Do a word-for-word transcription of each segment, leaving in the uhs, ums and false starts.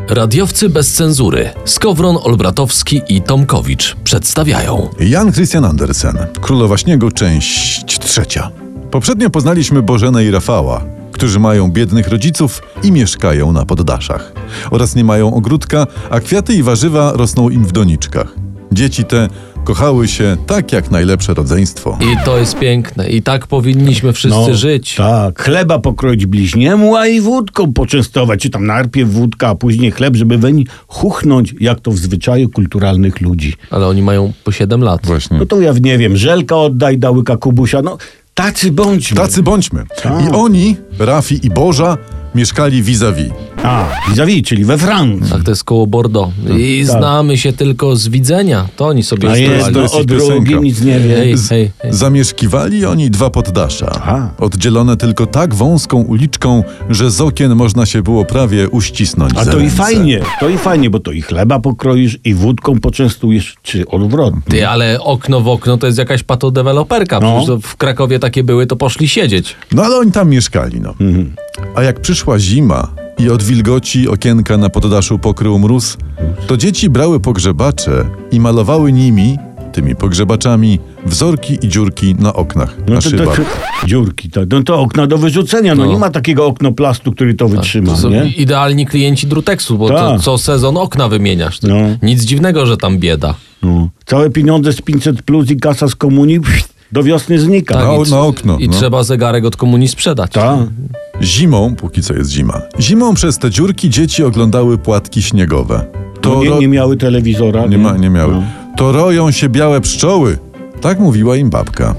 Radiowcy bez cenzury Skowron, Olbratowski i Tomkowicz przedstawiają Jan Christian Andersen, Królowa Śniegu, część trzecia. Poprzednio poznaliśmy Bożenę i Rafała, którzy mają biednych rodziców i mieszkają na poddaszach. Oraz nie mają ogródka, a kwiaty i warzywa rosną im w doniczkach. Dzieci te kochały się tak jak najlepsze rodzeństwo. I to jest piękne. I tak powinniśmy wszyscy No, żyć. Tak, chleba pokroić bliźniemu, a i wódką poczęstować. Czy tam najpierw wódka, a później chleb, żeby weń chuchnąć, jak to w zwyczaju kulturalnych ludzi. Ale oni mają po siedem lat. Właśnie. No to ja nie wiem, żelka oddaj, da łyka kubusia, no tacy bądźmy. Tacy bądźmy. Tak. I oni, Rafi i Boża, mieszkali vis-a-vis. A, vis-a-vis, czyli we Francji. Tak, to jest koło Bordeaux. I tak. znamy się tylko z widzenia. To oni sobie A jest, ustalali. to no, jest o ich drugim piosenka. nic nie wie. Hej, Z- hej, hej. Zamieszkiwali oni dwa poddasza, Aha. oddzielone tylko tak wąską uliczką, że z okien można się było prawie uścisnąć A za to i ręce. fajnie, to i fajnie, bo to i chleba pokroisz, i wódką poczęstujesz, czy odwrotnie. Ty, ale okno w okno to jest jakaś patodeweloperka. No. Przecież to w Krakowie takie były, to poszli siedzieć. No ale oni tam mieszkali, no. Mhm. A jak przyszła zima i od wilgoci okienka na poddaszu pokrył mróz, to dzieci brały pogrzebacze i malowały nimi, tymi pogrzebaczami, wzorki i dziurki na oknach, No na to, to, szybach. to, dziurki, tak. No to okna do wyrzucenia, no, No. nie ma takiego oknoplastu, który to wytrzyma, To są nie? idealni klienci Druteksu, bo to Tak. co sezon okna wymieniasz. To No. Nic dziwnego, że tam bieda. No. Całe pieniądze z pięćset plus i kasa z komunii pff, do wiosny znika. Tak, Na- i, tr- na okno, I no. trzeba zegarek od komunii sprzedać. Tak. Zimą, póki co jest zima, zimą przez te dziurki dzieci oglądały płatki śniegowe. To To nie, ro- nie miały telewizora. nie, ma, nie miały. No. To roją się białe pszczoły. Tak mówiła im babka.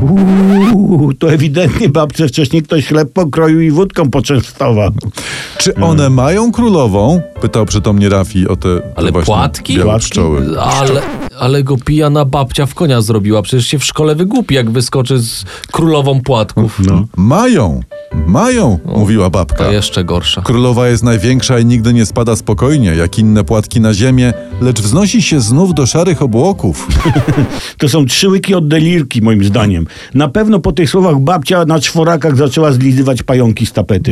Uuu, to ewidentnie babce wcześniej ktoś chleb pokroił i wódką poczęstował. Czy one mają królową? Pytał przytomnie Rafi o te, te Ale właśnie płatki? białe Płatki? pszczoły. Ale, ale go pijana babcia w konia zrobiła. Przecież się w szkole wygłupi, jak wyskoczy z królową płatków. No. Mają, mają, mówiła babka. To jeszcze gorsza. Królowa jest największa i nigdy nie spada spokojnie, jak inne płatki na ziemię, lecz wznosi się znów do szarych obłoków. To są trzy łyki od delirki, moim zdaniem. Na pewno po tych słowach babcia na czworakach zaczęła zlizywać pająki z tapety.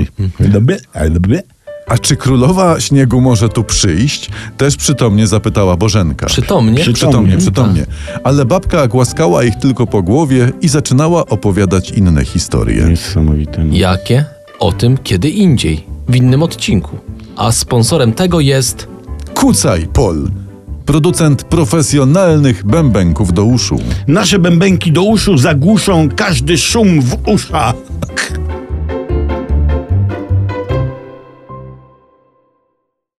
A czy królowa śniegu może tu przyjść? Też przytomnie zapytała Bożenka. Przytomnie? Przy- Przytomnie, Przytomnie, przytomnie. Ale babka głaskała ich tylko po głowie i zaczynała opowiadać inne historie. Niesamowite. no. Jakie? O tym kiedy indziej. W innym odcinku. A sponsorem tego jest... Kucaj Pol, producent profesjonalnych bębenków do uszu. Nasze bębenki do uszu zagłuszą każdy szum w uszach.